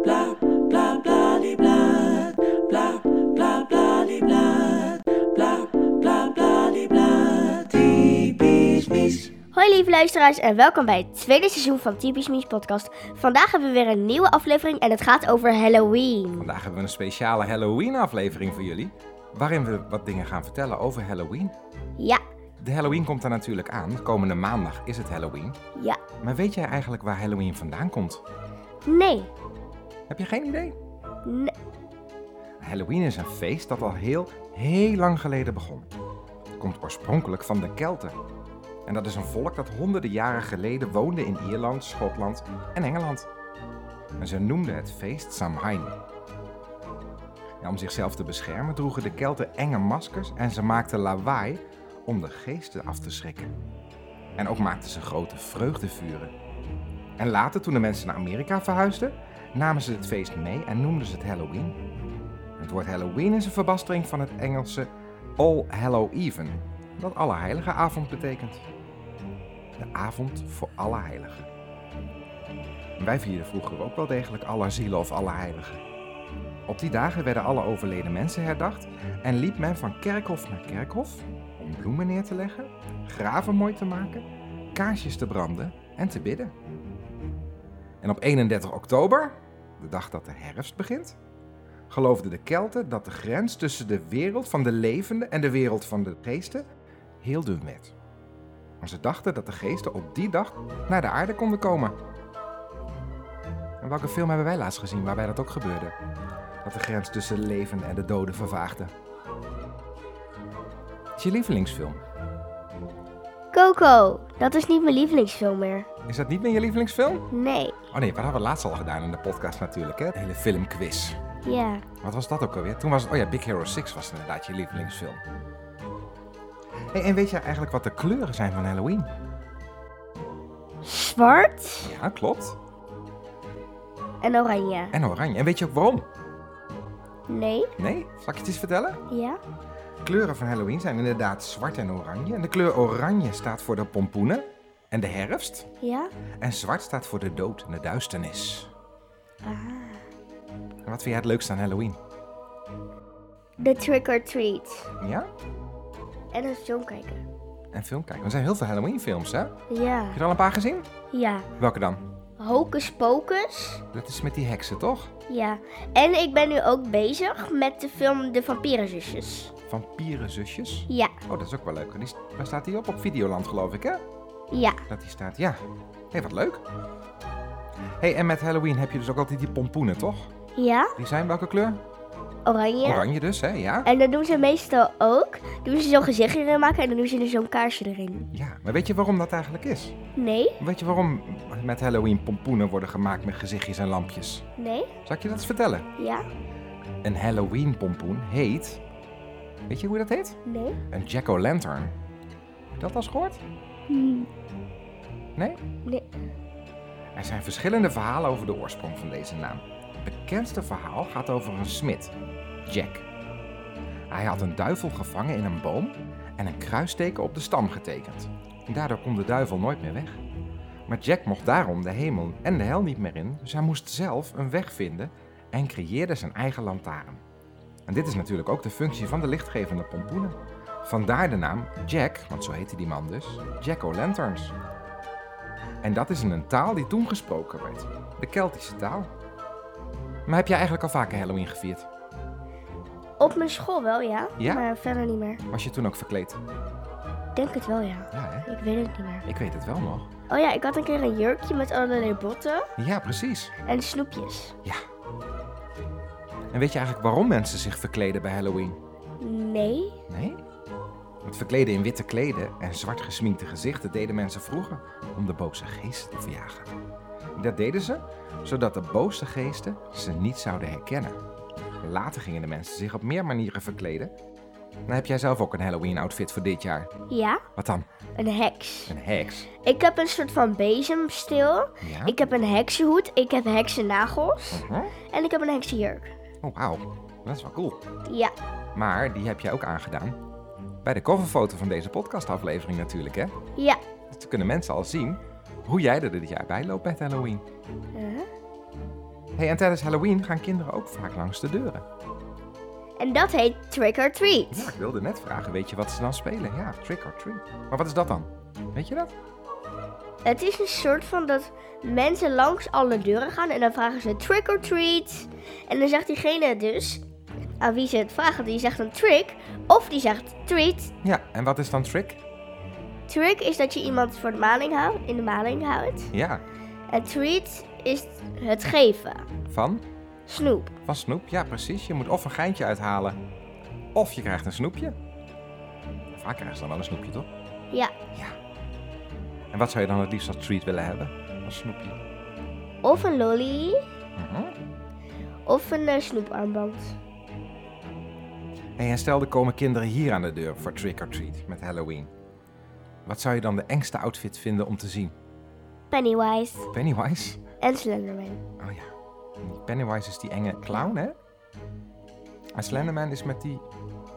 bla bla bla die blad, bla bla bla die blad, bla bla bla die blad, typisch Mies. Hoi lieve luisteraars en welkom bij het tweede seizoen van Typisch Mies podcast. Vandaag hebben we weer een nieuwe aflevering en het gaat over Halloween. Vandaag hebben we een speciale Halloween-aflevering voor jullie, waarin we wat dingen gaan vertellen over Halloween. Ja, De Halloween komt er natuurlijk aan. Komende maandag is het Halloween. ja, Maar weet jij eigenlijk waar Halloween vandaan komt? nee, Heb je geen idee? nee. Halloween is een feest dat al heel lang geleden begon. Het komt oorspronkelijk van de Kelten. En dat is een volk dat honderden jaren geleden woonde in Ierland, Schotland en Engeland. En ze noemden het feest Samhain. Ja, om zichzelf te beschermen droegen de Kelten enge maskers en ze maakten lawaai om de geesten af te schrikken. En ook maakten ze grote vreugdevuren. En later, toen de mensen naar Amerika verhuisden, namen ze het feest mee en noemden ze het Halloween. Het woord Halloween is een verbastering van het Engelse All Hallow Even, dat Allerheilige avond betekent. De avond voor alle heiligen. Wij vierden vroeger ook wel degelijk Allerzielen of Allerheiligen. Op die dagen werden alle overleden mensen herdacht en liep men van kerkhof naar kerkhof om bloemen neer te leggen, graven mooi te maken, kaarsjes te branden en te bidden. En op 31 oktober, de dag dat de herfst begint, geloofden de Kelten dat de grens tussen de wereld van de levenden en de wereld van de geesten heel dun werd. Maar ze dachten dat de geesten op die dag naar de aarde konden komen. En welke film hebben wij laatst gezien waarbij dat ook gebeurde? Dat de grens tussen de levenden en de doden vervaagde. Is je lievelingsfilm? Coco, dat is niet mijn lievelingsfilm meer. Is dat niet meer je lievelingsfilm? Nee, Oh nee, wat hadden we laatst al gedaan in de podcast natuurlijk, hè? De hele filmquiz. ja, Wat was dat ook alweer? Toen was het, oh ja, Big Hero 6 was inderdaad je lievelingsfilm. Hey, en weet je eigenlijk wat de kleuren zijn van Halloween? zwart Ja, klopt. en oranje. En oranje. En weet je ook waarom? Nee, Nee? Zal ik je het eens vertellen? ja, De kleuren van Halloween zijn inderdaad zwart en oranje. En de kleur oranje staat voor de pompoenen en de herfst. ja, En zwart staat voor de dood en de duisternis. ah. En wat vind jij het leukste aan Halloween? De trick or treat. Ja? En een film kijken. En film kijken. Er zijn heel veel Halloween films, hè? Heb Ja, je er al een paar gezien? ja. Welke dan? Hocus Pocus. Dat is met die heksen, toch? Ja, en ik ben nu ook bezig met de film De Vampierenzusjes. Vampierenzusjes. Ja, Oh, dat is ook wel leuk. Waar staat die op? Op Videoland, geloof ik, hè? ja, Dat die staat, ja. Hé, wat leuk. Hé, en met Halloween heb je dus ook altijd die pompoenen, toch? ja, Die zijn welke kleur? oranje. Oranje dus, hè? Ja. En dan doen ze meestal ook, doen ze zo'n gezichtje erin maken en dan doen ze er zo'n kaarsje erin. Ja, maar weet je waarom dat eigenlijk is? Nee, Weet je waarom met Halloween pompoenen worden gemaakt met gezichtjes en lampjes? nee, Zal ik je dat eens vertellen? ja, Een Halloween pompoen heet... Weet je hoe dat heet? nee. Een jack-o'-lantern. Heb je dat al eens gehoord? Nee? Nee. Er zijn verschillende verhalen over de oorsprong van deze naam. Het bekendste verhaal gaat over een smid, Jack. Hij had een duivel gevangen in een boom en een kruisteken op de stam getekend. Daardoor kon de duivel nooit meer weg. Maar Jack mocht daarom de hemel en de hel niet meer in, dus hij moest zelf een weg vinden en creëerde zijn eigen lantaarn. En dit is natuurlijk ook de functie van de lichtgevende pompoenen. Vandaar de naam Jack, want zo heette die man dus, Jack-o'-lanterns. En dat is in een taal die toen gesproken werd, de Keltische taal. Maar heb jij eigenlijk al vaker Halloween gevierd? Op mijn school wel, ja, Ja? maar verder niet meer. Was je toen ook verkleed? Ik denk het wel, ja. Ja, hè? Ik weet het niet meer. Ik weet het wel nog. Oh ja, ik had een keer een jurkje met allerlei botten Ja, precies. en snoepjes. Ja. En weet je eigenlijk waarom mensen zich verkleden bij Halloween? Nee, Nee? Het verkleden in witte kleden en zwart gesminkte gezichten deden mensen vroeger om de boze geesten te verjagen. Dat deden ze zodat de boze geesten ze niet zouden herkennen. Later gingen de mensen zich op meer manieren verkleden. Dan heb jij zelf ook een Halloween-outfit voor dit jaar. ja, Wat dan? een heks. Een heks. Ik heb een soort van bezemsteel. Ja? Ik heb een heksenhoed, ik heb heksennagels Mhm. en ik heb een heksenjurk. Oh, wauw. Dat is wel cool. Ja, Maar die heb jij ook aangedaan bij de coverfoto van deze podcastaflevering natuurlijk, hè? ja. Dus dan kunnen mensen al zien hoe jij er dit jaar bij loopt met Halloween. Hey, en tijdens Halloween gaan kinderen ook vaak langs de deuren. En dat heet trick or treat. Ja, ik wilde net vragen, weet je wat ze dan spelen? Ja, trick or treat. Maar wat is dat dan? Weet je dat? Het is een soort van dat mensen langs alle deuren gaan en dan vragen ze trick or treat. En dan zegt diegene dus, aan wie ze het vragen, die zegt een trick of die zegt treat. Ja, en wat is dan trick? Trick is dat je iemand voor de maling in de maling houdt. Ja, En treat is het geven. van Snoep. snoep. Ja, precies. Je moet of een geintje uithalen, of je krijgt een snoepje. Vaak krijgen ze dan wel een snoepje, toch? Ja. En wat zou je dan het liefst als treat willen hebben? Als snoepje? Of een lolly Mhm. of een snoeparmband. Hey, en stel er komen kinderen hier aan de deur voor trick or treat met Halloween. Wat zou je dan de engste outfit vinden om te zien? Pennywise Pennywise? en Slenderman. Oh ja. Pennywise is die enge clown, hè? En Slenderman is met die...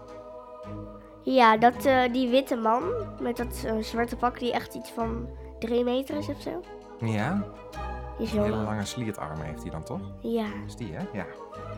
Ja, die witte man met dat zwarte pak die echt iets van 3 meter is of zo. Ja? Die is heel Hele lang. lange sliertarmen heeft hij dan toch? Ja, Is die, hè? Ja.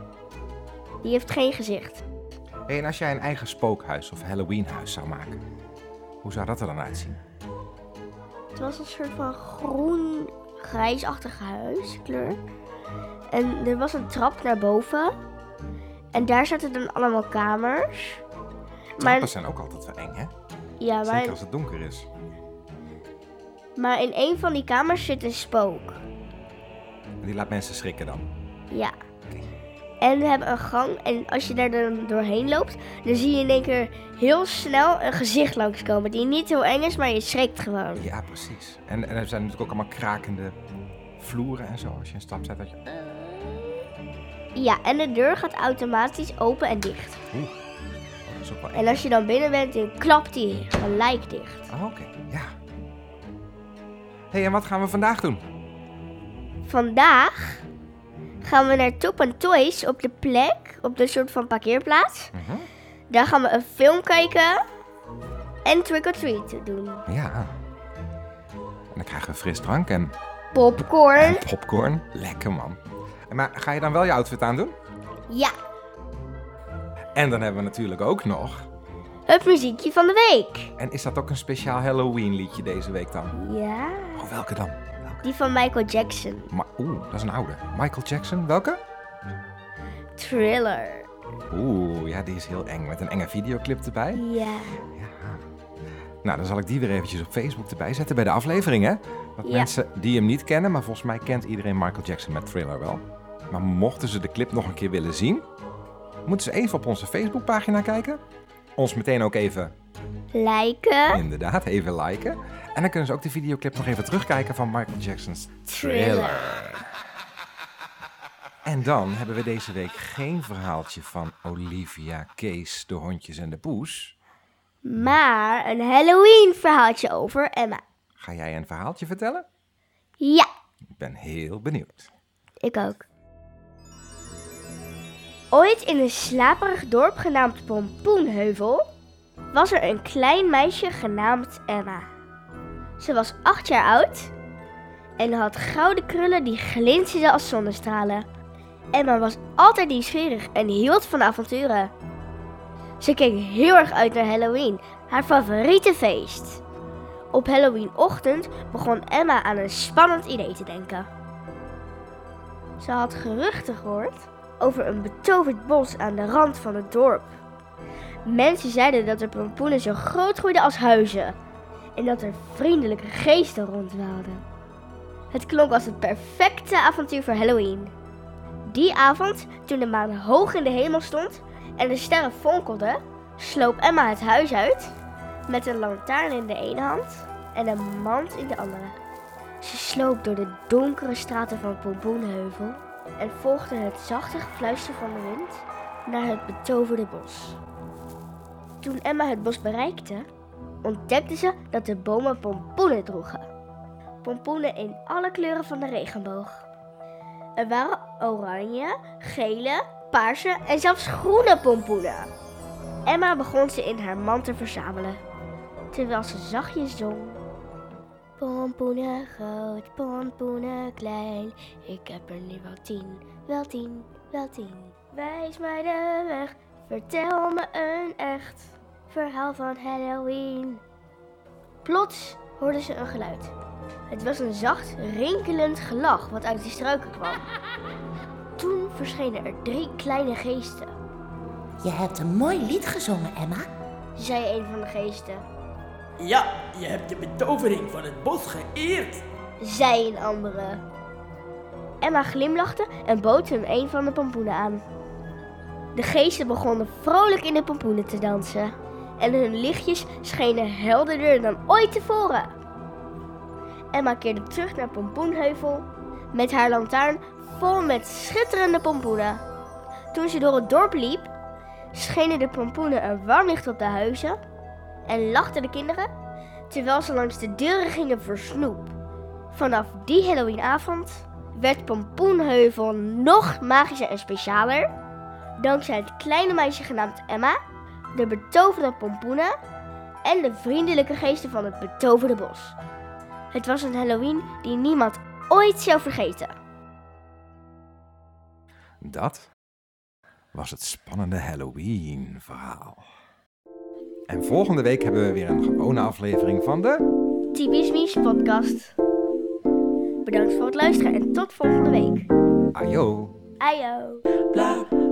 die heeft geen gezicht. Hey, en als jij een eigen spookhuis of Halloweenhuis zou maken, hoe zou dat er dan uitzien? Het was een soort van groen-grijsachtig huiskleur. En er was een trap naar boven. En daar zaten dan allemaal kamers. Trappen zijn ook altijd wel eng, hè? Ja, Zeker als het donker is. maar in een van die kamers zit een spook. Die laat mensen schrikken dan. Ja. En we hebben een gang. En als je daar dan doorheen loopt, dan zie je in één keer heel snel een gezicht langskomen. Die niet heel eng is, maar je schrikt gewoon. Ja, precies. En er zijn natuurlijk ook allemaal krakende vloeren en zo. Als je een stap zet, dat je... Ja, en de deur gaat automatisch open en dicht. Oeh, oh, dat is ook wel eng. En als je dan binnen bent, dan klapt die gelijk dicht. Oh, oké. Ja. Hey, en wat gaan we vandaag doen? Vandaag gaan we naar Top & Toys op de plek, op de soort van parkeerplaats. Mhm. Daar gaan we een film kijken en trick or treat doen. Ja. En dan krijgen we frisdrank en Popcorn. popcorn. Lekker, man. Maar ga je dan wel je outfit aandoen? Ja, En dan hebben we natuurlijk ook nog... het muziekje van de week. En is dat ook een speciaal Halloween liedje deze week dan? Ja, Oh, welke dan? die van Michael Jackson. Oeh, dat is een oude. Michael Jackson, welke? Thriller. Oeh, ja, die is heel eng. Met een enge videoclip erbij. Ja. Ja. Nou, dan zal ik die weer eventjes op Facebook erbij zetten bij de aflevering, hè? Dat Ja. mensen die hem niet kennen, maar volgens mij kent iedereen Michael Jackson met Thriller wel. Maar mochten ze de clip nog een keer willen zien, moeten ze even op onze Facebookpagina kijken. Ons meteen ook even, Liken. inderdaad, even liken. En dan kunnen ze ook de videoclip nog even terugkijken van Michael Jackson's Thriller. En dan hebben we deze week geen verhaaltje van Olivia, Kees, de hondjes en de poes. Maar een Halloween verhaaltje over Emma. Ga jij een verhaaltje vertellen? Ja, Ik ben heel benieuwd. ik ook. Ooit in een slaperig dorp genaamd Pompoenheuvel was er een klein meisje genaamd Emma. Ze was 8 jaar oud en had gouden krullen die glinsterden als zonnestralen. Emma was altijd nieuwsgierig en hield van avonturen. Ze keek heel erg uit naar Halloween, haar favoriete feest. Op Halloweenochtend begon Emma aan een spannend idee te denken. Ze had geruchten gehoord over een betoverd bos aan de rand van het dorp. Mensen zeiden dat de pompoenen zo groot groeiden als huizen en dat er vriendelijke geesten rondwaalden. Het klonk als het perfecte avontuur voor Halloween. Die avond, toen de maan hoog in de hemel stond en de sterren fonkelden, sloop Emma het huis uit met een lantaarn in de ene hand en een mand in de andere. Ze sloop door de donkere straten van Pompoenheuvel en volgde het zachte gefluister van de wind naar het betoverde bos. Toen Emma het bos bereikte, ontdekte ze dat de bomen pompoenen droegen. Pompoenen in alle kleuren van de regenboog. Er waren oranje, gele, paarse en zelfs groene pompoenen. Emma begon ze in haar mand te verzamelen, terwijl ze zachtjes zong. Pompoenen groot, pompoenen klein. Ik heb er nu wel 10. Wijs mij de weg, vertel me een echt verhaal van Halloween. Plots hoorden ze een geluid. Het was een zacht, rinkelend gelach wat uit de struiken kwam. Toen verschenen er 3 kleine geesten, Je hebt een mooi lied gezongen, Emma. zei een van de geesten. Ja, je hebt de betovering van het bos geëerd. Zei een andere. Emma glimlachte en bood hem een van de pompoenen aan. De geesten begonnen vrolijk in de pompoenen te dansen. En hun lichtjes schenen helderder dan ooit tevoren. Emma keerde terug naar Pompoenheuvel met haar lantaarn vol met schitterende pompoenen. Toen ze door het dorp liep, schenen de pompoenen een warm licht op de huizen en lachten de kinderen terwijl ze langs de deuren gingen voor snoep. Vanaf die Halloweenavond werd Pompoenheuvel nog magischer en specialer, dankzij het kleine meisje genaamd Emma, de betoverde pompoenen en de vriendelijke geesten van het betoverde bos. Het was een Halloween die niemand ooit zou vergeten. Dat was het spannende Halloween-verhaal. En volgende week hebben we weer een gewone aflevering van de... Typisch Mies podcast. Bedankt voor het luisteren en tot volgende week. Ajo! Ajo! blah